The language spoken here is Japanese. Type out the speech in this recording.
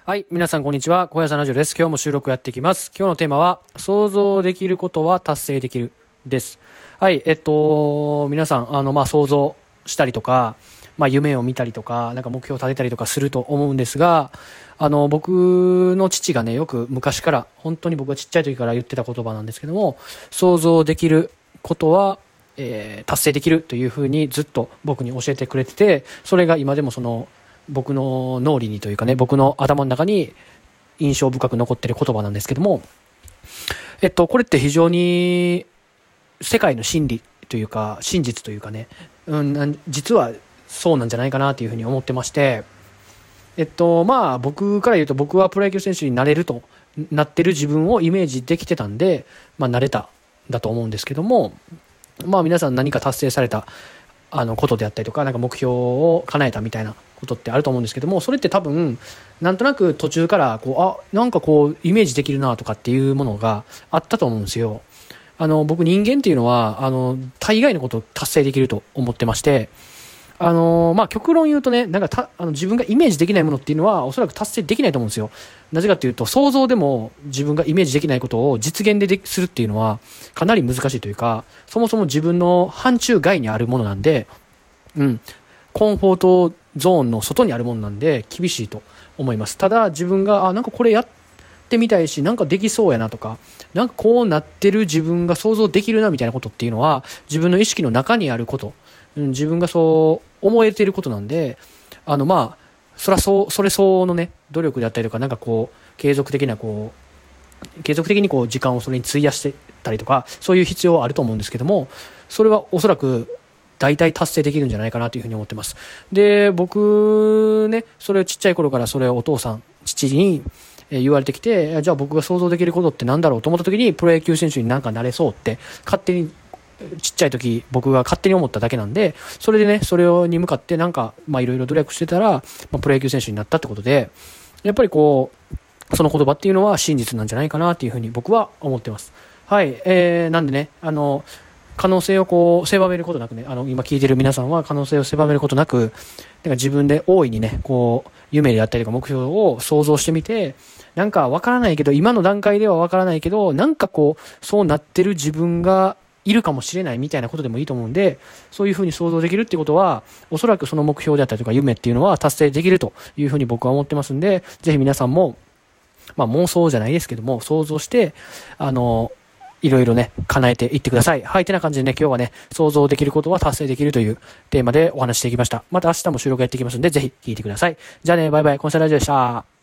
はい、皆さんこんにちは。小屋さんラジオです。今日も収録やっていきます。今日のテーマは、想像できることは達成できるです。はい、皆さん、想像したりとか、夢を見たりとか、目標を立てたりとかすると思うんですが、僕の父がね、よく昔から、本当に僕がちっちゃい時から言ってた言葉なんですけども、想像できることは、達成できるというふうにずっと僕に教えてくれてて、それが今でも僕の脳裏にというかね、僕の頭の中に印象深く残っている言葉なんですけども、これって非常に世界の真理というか、真実というかね、実はそうなんじゃないかなというふうに思ってまして、僕から言うと僕はプロ野球選手になれるとなってる自分をイメージできてたんで、なれたんだと思うんですけども、皆さん何か達成されたことであったりとか、目標を叶えたみたいなことってあると思うんですけども、それって多分なんとなく途中からイメージできるなとかっていうものがあったと思うんですよ。僕人間っていうのは大概のことを達成できると思ってまして、極論言うとね、自分がイメージできないものっていうのはおそらく達成できないと思うんですよ。なぜかというと、想像でも自分がイメージできないことを実現でするっていうのはかなり難しいというか、そもそも自分の範疇外にあるものなんで、コンフォートゾーンの外にあるものなんで厳しいと思います。ただ自分がこれやってみたいし、できそうやなとか、こうなってる自分が想像できるなみたいなことっていうのは自分の意識の中にあること、自分がそう思えていることなんで、それ相応のね、努力であったりとか、継続的に時間をそれに費やしてたりとか、そういう必要はあると思うんですけども、それはおそらく大体達成できるんじゃないかなというふうに思ってます。で、僕ね、それをちっちゃい頃からそれをお父さん、父に言われてきて、じゃあ僕が想像できることってなんだろうと思った時に、プロ野球選手になれそうって勝手にちっちゃい時僕が勝手に思っただけなんで、それでね、それに向かっていろいろ努力してたら、プロ野球選手になったってことで、やっぱりその言葉っていうのは真実なんじゃないかなっていうふうに僕は思ってます。はい、なんでね、可能性を狭めることなくね、今聞いてる皆さんは可能性を狭めることなく、自分で大いにね、夢であったりとか目標を想像してみて、わからないけど、今の段階ではわからないけど、そうなってる自分がいるかもしれないみたいなことでもいいと思うんで、そういうふうに想像できるってことは、おそらくその目標であったりとか夢っていうのは達成できるというふうに僕は思ってますんで、ぜひ皆さんも、妄想じゃないですけども、想像して、いろいろね、叶えていってください。はい、てな感じでね、今日はね、想像できることは達成できるというテーマでお話していきました。また明日も収録やっていきますんで、ぜひ聞いてください。じゃあね、バイバイ、コンサルラジオでした。